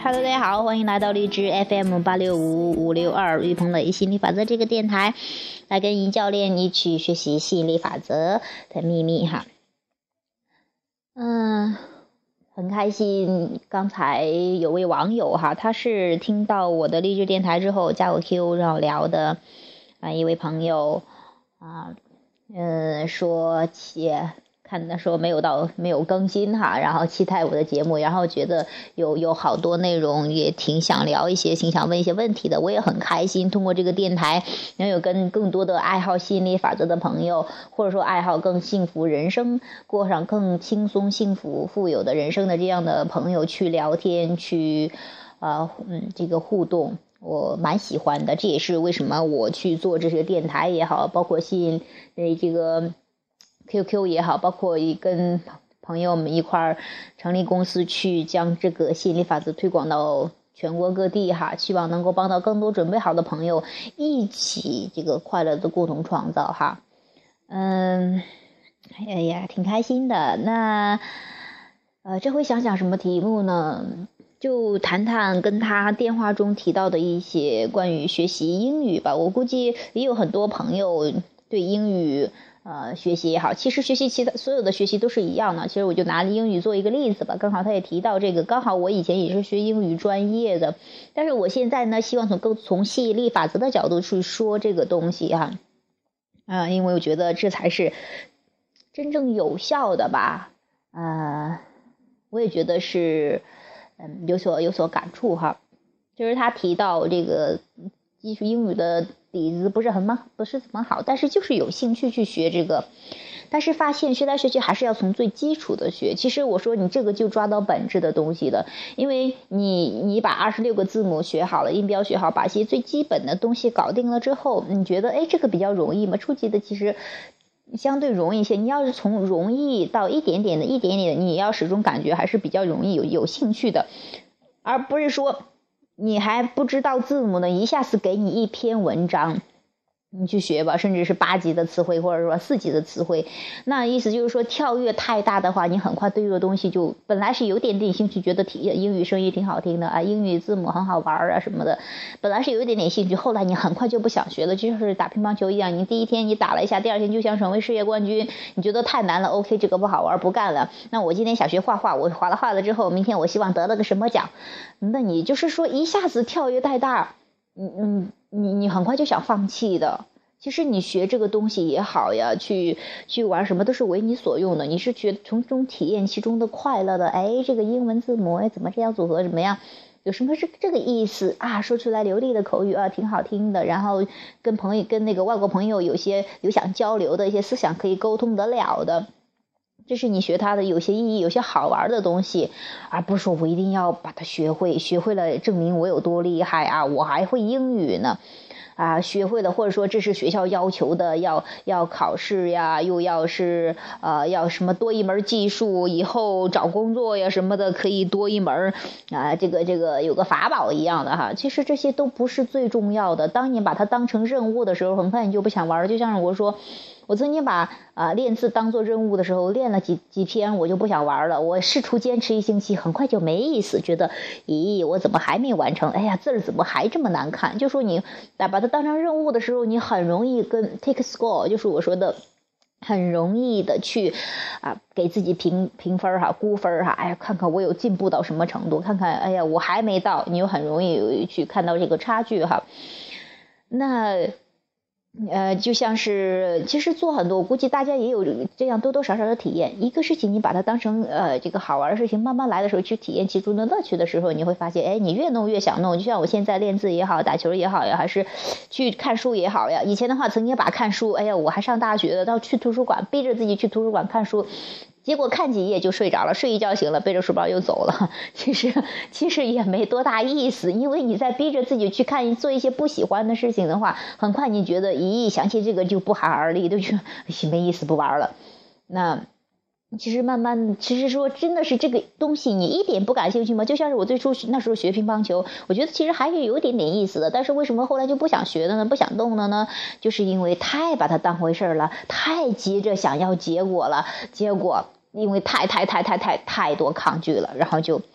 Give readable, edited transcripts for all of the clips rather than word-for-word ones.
Hello， 大家好，欢迎来到荔枝 FM865562于鹏磊心理法则这个电台，来跟尹教练一起学习吸引力法则的秘密哈。很开心，刚才有位网友哈，他是听到我的励志电台之后加我 Q 让我聊的一位朋友说看的说没有更新哈，然后期待我的节目，然后觉得有好多内容也挺想聊一些，挺想问一些问题的。我也很开心通过这个电台能有跟更多的爱好吸引力法则的朋友，或者说爱好更幸福人生，过上更轻松幸福富有的人生的这样的朋友去聊天，去这个互动，我蛮喜欢的。这也是为什么我去做这些电台也好，包括吸引这个QQ 也好，包括跟朋友们一块儿成立公司，去将这个吸引力法则推广到全国各地哈，希望能够帮到更多准备好的朋友一起这个快乐的共同创造哈。挺开心的。那这回想想什么题目呢？就谈谈跟他电话中提到的一些关于学习英语吧。我估计也有很多朋友对英语学习也好，其实学习其他所有的学习都是一样的。其实我就拿英语做一个例子吧，刚好他也提到这个，刚好我以前也是学英语专业的，但是我现在呢希望从吸引力法则的角度去说这个东西哈，因为我觉得这才是真正有效的吧。我也觉得是有所感触哈。就是他提到这个基础英语的底子不是怎么好，但是就是有兴趣去学这个，但是发现学来学去还是要从最基础的学。其实我说你这个就抓到本质的东西了，因为你把26个字母学好了，音标学好，把一些最基本的东西搞定了之后，你觉得这个比较容易吗？初级的其实相对容易一些。你要是从容易到一点点的，你要始终感觉还是比较容易有兴趣的，而不是说你还不知道字母呢，一下子给你一篇文章你去学吧，甚至是8级的词汇或者说4级的词汇，那意思就是说跳跃太大的话，你很快对这个东西就本来是有点兴趣，觉得英语声音挺好听的英语字母很好玩什么的，本来是有一点兴趣，后来你很快就不想学了。就像是打乒乓球一样，你第一天你打了一下，第二天就想成为世界冠军，你觉得太难了 OK 这个不好玩不干了，那我今天想学画画，我画了之后，明天我希望得了个什么奖，那你就是说一下子跳跃太大，你很快就想放弃的。其实你学这个东西也好呀，去玩什么都是为你所用的，你是从中体验其中的快乐的。这个英文字母怎么这样组合怎么样，有什么是这个意思说出来流利的口语挺好听的，然后跟那个外国朋友有想交流的一些思想可以沟通得了的，这是你学它的有些意义，有些好玩的东西，而不是说我一定要把它学会了证明我有多厉害我还会英语呢学会了，或者说这是学校要求的，要考试呀，又要是要什么多一门技术，以后找工作呀什么的可以多一门这个有个法宝一样的哈。其实这些都不是最重要的，当你把它当成任务的时候，很快你就不想玩了。就像我说，我曾经把练字当做任务的时候，练了几篇我就不想玩了，我试图坚持1星期，很快就没意思，觉得我怎么还没完成，字儿怎么还这么难看。就说你把它当成任务的时候，你很容易跟 take score， 就是我说的很容易的去给自己评分估分看看我有进步到什么程度，看看我还没到，你又很容易去看到这个差距那就像是其实做很多，我估计大家也有这样多多少少的体验。一个事情你把它当成这个好玩的事情，慢慢来的时候去体验其中的乐趣的时候，你会发现你越弄越想弄。就像我现在练字也好，打球也好呀，还是去看书也好呀，以前的话曾经把看书我还上大学的，到去图书馆逼着自己去图书馆看书，结果看几页就睡着了，睡一觉醒了，背着书包又走了。其实也没多大意思，因为你在逼着自己去做一些不喜欢的事情的话，很快你觉得想起这个就不寒而栗，就觉得没意思不玩了。那其实慢慢其实说真的是这个东西你一点不感兴趣吗？就像是我最初那时候学乒乓球，我觉得其实还是有点意思的，但是为什么后来就不想学了呢？不想动了呢？就是因为太把它当回事了，太急着想要结果了，结果因为太多抗拒了，然后就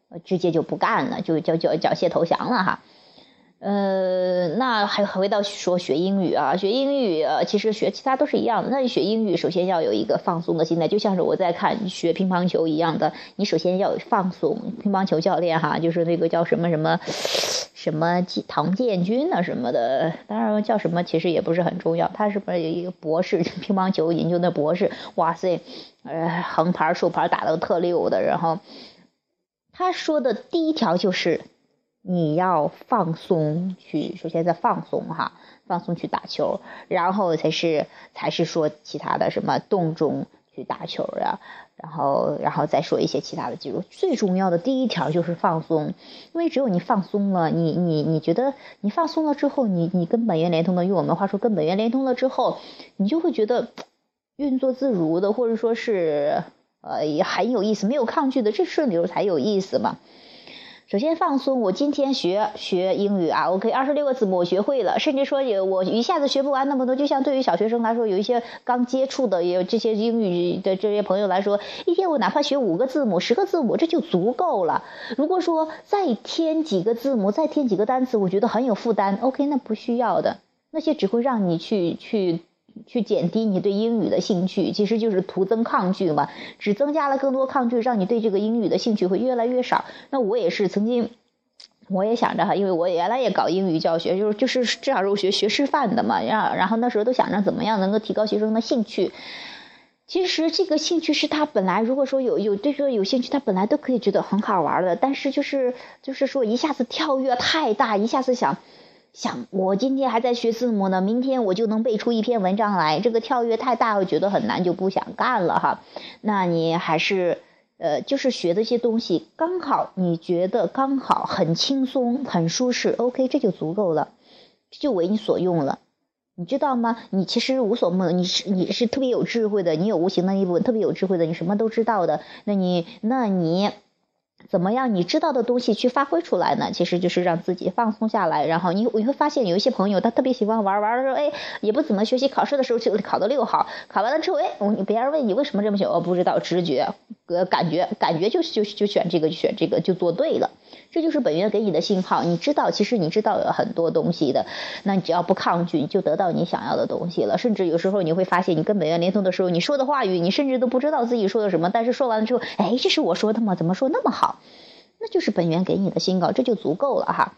直接就不干了，就缴械投降了哈。那还回到说学英语啊，学英语其实学其他都是一样的。那你学英语首先要有一个放松的心态，就像是我在看学乒乓球一样的，你首先要有放松。乒乓球教练哈，就是那个叫什么唐建军啊什么的，当然叫什么其实也不是很重要，他是不是有一个博士，乒乓球研究的博士？哇塞，横牌竖牌打得特溜的。然后他说的第一条就是你要放松去，首先在放松哈，放松去打球，然后才是说其他的什么动中去打球呀，然后再说一些其他的技术。最重要的第一条就是放松，因为只有你放松了，你觉得你放松了之后，你跟本源连通的，用我们话说跟本源连通了之后，你就会觉得运作自如的，或者说是也很有意思，没有抗拒的，这顺流才有意思嘛。首先放松，我今天学英语啊 OK 26个字母我学会了，甚至说我一下子学不完那么多，就像对于小学生来说，有一些刚接触的也有这些英语的这些朋友来说，一天我哪怕学5个字母10个字母这就足够了。如果说再添几个字母再添几个单词我觉得很有负担 OK 那不需要的，那些只会让你去减低你对英语的兴趣，其实就是徒增抗拒嘛，只增加了更多抗拒，让你对这个英语的兴趣会越来越少。那我也是曾经，我也想着哈，因为我原来也搞英语教学，就是至少是我学师范的嘛，然后那时候都想着怎么样能够提高学生的兴趣。其实这个兴趣是他本来如果说有对这个有兴趣，他本来都可以觉得很好玩的，但是就是说一下子跳跃太大，一下子想我今天还在学字母呢，明天我就能背出一篇文章来，这个跳跃太大，我觉得很难，就不想干了哈。那你还是就是学这些东西刚好你觉得刚好很轻松很舒适 OK 这就足够了，这就为你所用了。你知道吗？你其实无所梦，你是特别有智慧的，你有无形的一部分，特别有智慧的，你什么都知道的，那你怎么样你知道的东西去发挥出来呢？其实就是让自己放松下来，然后你会发现有一些朋友他特别喜欢玩的时候也不怎么学习，考试的时候就考到6好，考完了之后别人问你为什么这么选，我不知道，直觉感觉就选这个就做对了，这就是本源给你的信号。其实你知道有很多东西的，那你只要不抗拒，你就得到你想要的东西了。甚至有时候你会发现你跟本源连通的时候，你说的话语你甚至都不知道自己说的什么，但是说完了之后这是我说的吗？怎么说那么好？那就是本源给你的信号，这就足够了哈。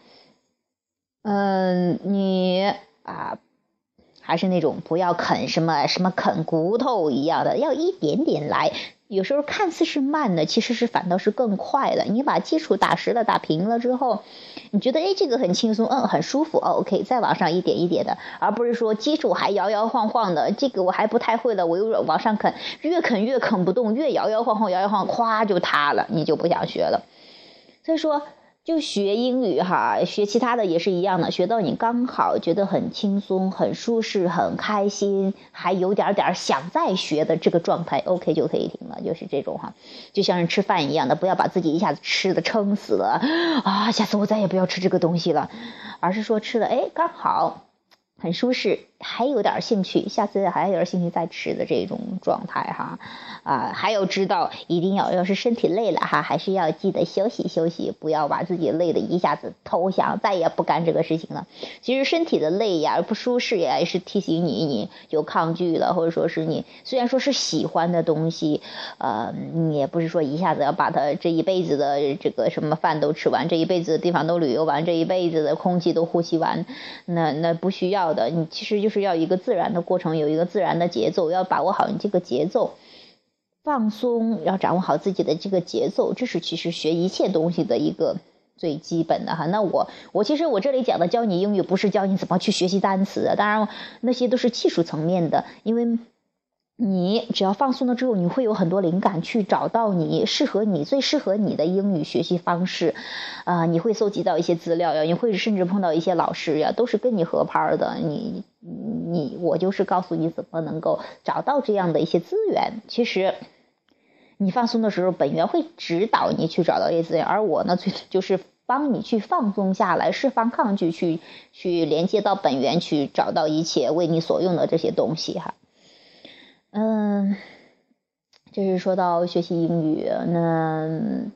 你还是那种不要啃什么啃骨头一样的，要一点点来。有时候看似是慢的，其实是反倒是更快的。你把基础打实了打平了之后，你觉得这个很轻松很舒服OK 再往上一点一点的，而不是说基础还摇摇晃晃的，这个我还不太会了，我又往上啃，越啃不动，越摇摇晃晃咵就塌了，你就不想学了。所以说就学英语哈，学其他的也是一样的，学到你刚好觉得很轻松很舒适很开心，还有点想再学的这个状态 OK 就可以停了，就是这种哈，就像是吃饭一样的，不要把自己一下子吃的撑死了下次我再也不要吃这个东西了，而是说吃了刚好很舒适，还有点兴趣，下次还有点兴趣再吃的这种状态哈。还有知道一定要是身体累了哈，还是要记得休息休息，不要把自己累的一下子投降，再也不干这个事情了。其实身体的累呀不舒适呀，也是提醒你有抗拒了，或者说是你虽然说是喜欢的东西你也不是说一下子要把它这一辈子的这个什么饭都吃完，这一辈子的地方都旅游完，这一辈子的空气都呼吸完，那不需要的。你其实就是要一个自然的过程，有一个自然的节奏，要把握好你这个节奏，放松，要掌握好自己的这个节奏，这是其实学一切东西的一个最基本的哈。那我其实我这里讲的教你英语不是教你怎么去学习单词的，当然那些都是技术层面的，因为你只要放松了之后，你会有很多灵感去找到最适合你的英语学习方式你会搜集到一些资料呀，你会甚至碰到一些老师呀，都是跟你合拍的，我就是告诉你怎么能够找到这样的一些资源。其实你放松的时候，本源会指导你去找到一些资源，而我呢就是帮你去放松下来，释放抗拒，去连接到本源，去找到一切为你所用的这些东西哈。这是说到学习英语，那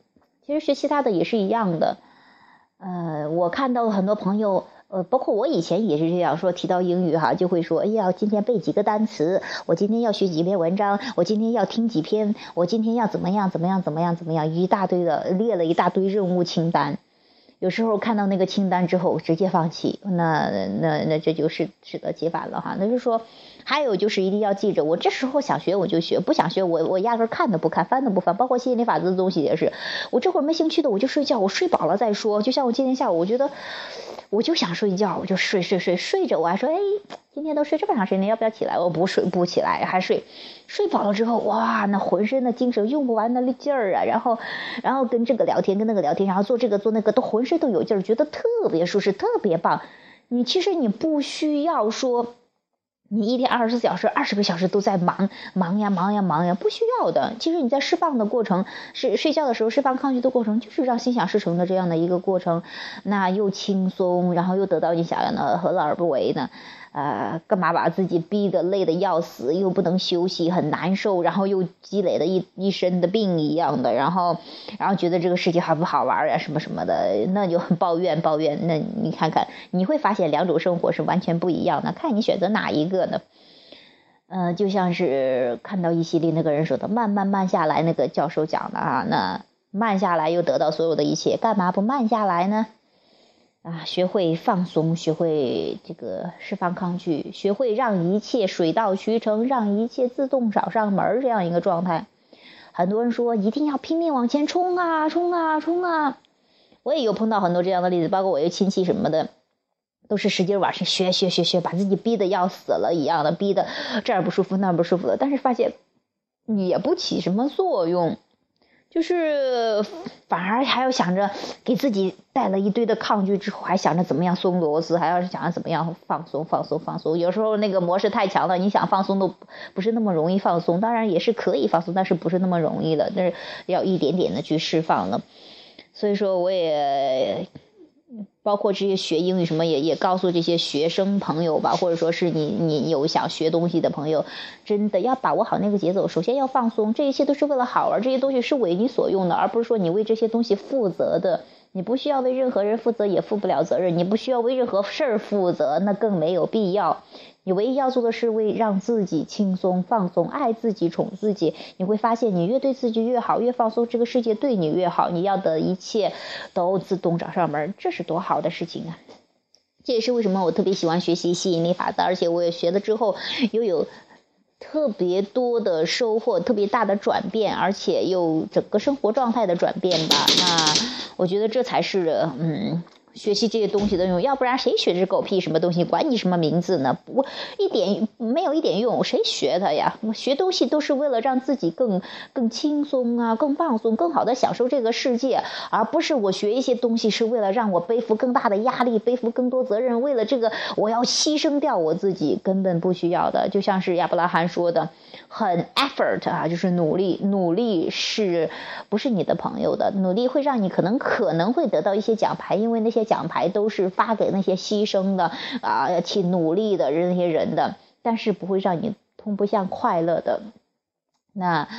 其实学其他的也是一样的。我看到很多朋友，包括我以前也是这样说，提到英语哈，就会说，哎呀，今天背几个单词，我今天要学几篇文章，我今天要听几篇，我今天要怎么样，一大堆的列了一大堆任务清单。有时候看到那个清单之后直接放弃，那这就是适得其反了哈。那就是说，还有就是一定要记着，我这时候想学我就学，不想学我压根看都不看，翻都不翻。包括吸引力法则的东西也是，我这会儿没兴趣的我就睡觉，我睡饱了再说。就像我今天下午，我觉得我就想睡觉，我就睡着，我还说，哎，今天都睡这么长时间，要不要起来？我不睡，不起来，还睡饱了之后，哇，那浑身的精神用不完的劲儿啊，然后跟这个聊天，跟那个聊天，然后做这个做那个，都浑身都有劲儿，觉得特别舒适，特别棒。其实你不需要说你一天24小时20个小时都在忙呀，不需要的。其实你在释放的过程，睡觉的时候释放抗拒的过程，就是让心想事成的这样的一个过程。那又轻松，然后又得到你想要的，何乐而不为呢？干嘛把自己逼得累得要死，又不能休息，很难受，然后又积累了一身的病一样的，然后觉得这个世界好不好玩啊，什么什么的，那就很抱怨。那你看看，你会发现两种生活是完全不一样的，看你选择哪一个呢？就像是看到一系列那个人说的慢下来，那个教授讲的啊，那慢下来又得到所有的一切，干嘛不慢下来呢？学会放松，学会这个释放抗拒，学会让一切水到渠成，让一切自动找上门，这样一个状态。很多人说一定要拼命往前冲啊！我也有碰到很多这样的例子，包括我有亲戚什么的，都是使劲往上学，把自己逼得要死了一样的，逼得这儿不舒服那儿不舒服的，但是发现也不起什么作用。就是反而还要想着给自己带了一堆的抗拒之后，还想着怎么样松螺丝，还要想着怎么样放松。有时候那个模式太强了，你想放松都不是那么容易放松，当然也是可以放松，但是不是那么容易的，但是要一点点的去释放了。所以说我也包括这些学英语什么也告诉这些学生朋友吧，或者说是你有想学东西的朋友，真的要把握好那个节奏。首先要放松，这一切都是为了好玩，这些东西是为你所用的，而不是说你为这些东西负责的。你不需要为任何人负责，也负不了责任，你不需要为任何事儿负责，那更没有必要。你唯一要做的是为让自己轻松放松，爱自己宠自己。你会发现你越对自己越好，越放松，这个世界对你越好，你要的一切都自动找上门，这是多好的事情啊。这也是为什么我特别喜欢学习吸引力法则，而且我也学了之后又有特别多的收获，特别大的转变，而且又整个生活状态的转变吧。那我觉得这才是学习这些东西的用，要不然谁学这狗屁什么东西，管你什么名字呢？没有一点用，谁学它呀？学东西都是为了让自己更轻松啊，更放松，更好的享受这个世界，而不是我学一些东西是为了让我背负更大的压力，背负更多责任，为了这个我要牺牲掉我自己，根本不需要的。就像是亚伯拉罕说的，很 effort 啊，就是努力是不是你的朋友的？努力会让你可能会得到一些奖牌，因为那些奖牌都是发给那些牺牲的去努力的那些人的，但是不会让你通不向快乐的。那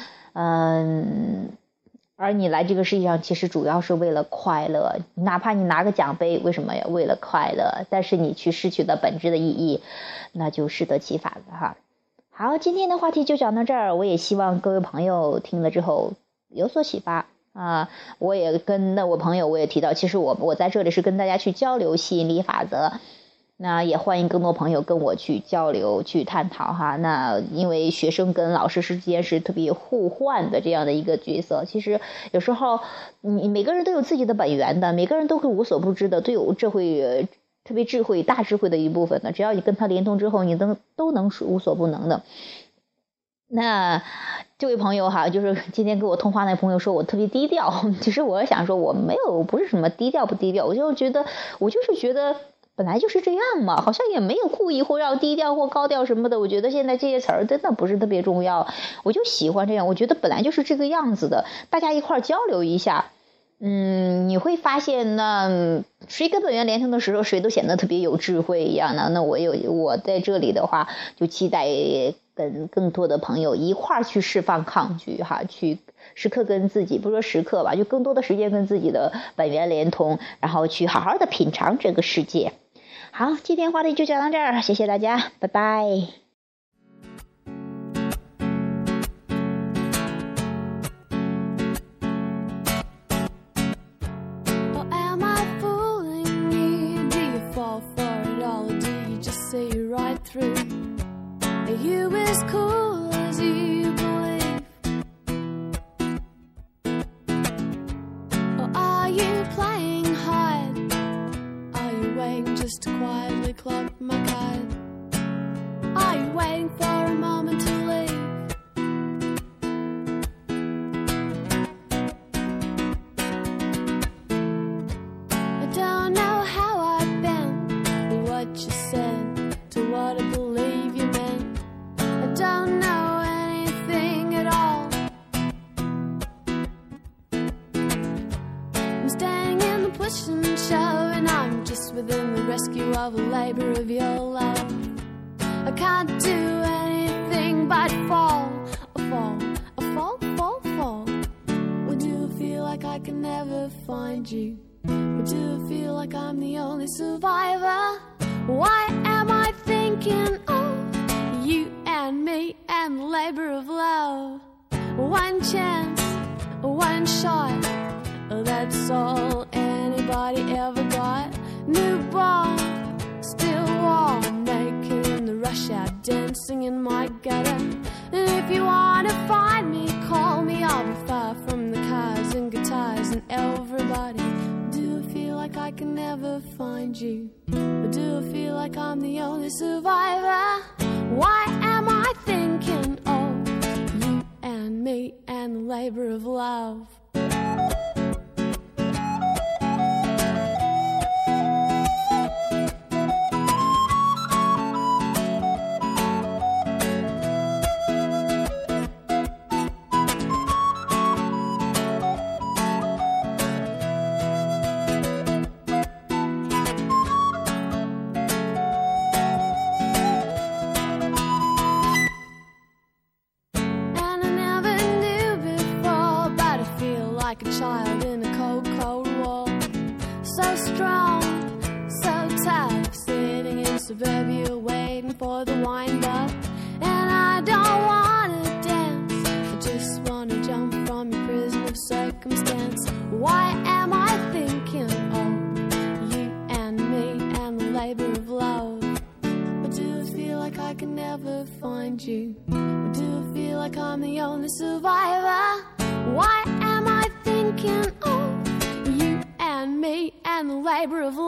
而你来这个世界上其实主要是为了快乐，哪怕你拿个奖杯，为什么呀？为了快乐，但是你去失去了本质的意义，那就适得其反了哈。好，今天的话题就讲到这儿，我也希望各位朋友听了之后有所启发我也跟我朋友我也提到，其实我在这里是跟大家去交流吸引力法则，那也欢迎更多朋友跟我去交流去探讨哈。那因为学生跟老师之间是特别互换的这样的一个角色，其实有时候你每个人都有自己的本源的，每个人都会无所不知的，都有这会特别大智慧的一部分的，只要你跟他联通之后，你都能无所不能的。那这位朋友哈，就是今天跟我通话那朋友说我特别低调，其实我想说我不是什么低调不低调，我就是觉得本来就是这样嘛，好像也没有故意或要低调或高调什么的。我觉得现在这些词儿真的不是特别重要，我就喜欢这样，我觉得本来就是这个样子的，大家一块交流一下。你会发现呢，谁跟本源连通的时候，谁都显得特别有智慧一样的。那我在这里的话，就期待跟更多的朋友一块儿去释放抗拒哈，去时刻跟自己，不说时刻吧，就更多的时间跟自己的本源连通，然后去好好的品尝这个世界。好，今天话题就讲到这儿，谢谢大家，拜拜。 Are you as cool as you believe? Or are you playing hide? Are you waiting just to quietly clock my card? Are you waiting for a moment to leave? I don't know how I've been, or what you said, to what I believe you meant. I don't know anything at all. I'm staying in the push and shove, and I'm just within the rescue of a labor of your love. I can't do anything but fall, fall. Or do I feel like I can never find you? Or do I feel like I'm the only survivor? Why am I thinking, oh, you and me and the labor of love? One chance, one shot, that's all anybody ever got. Newborn, still warm, naked in the rush hour, dancing in my gutter. And if you wanna find me, call me, I'll be far from the cars and guitars and everybody. Do I feel like I can never find you? Or do I feel like I'm the only survivor? Why am I thinking, oh, you and me and the labor of love? Like a child in a cold, cold wall. So strong, so tough, sitting in suburbia waiting for the wind up. And I don't wanna dance, I just wanna jump from your prison of circumstance. Why am I thinking, oh, you and me and the labor of love? Or do I feel like I can never find you? Or do I feel like I'm the only survivor? Why am I thinking, oh, you and me and the labor of love?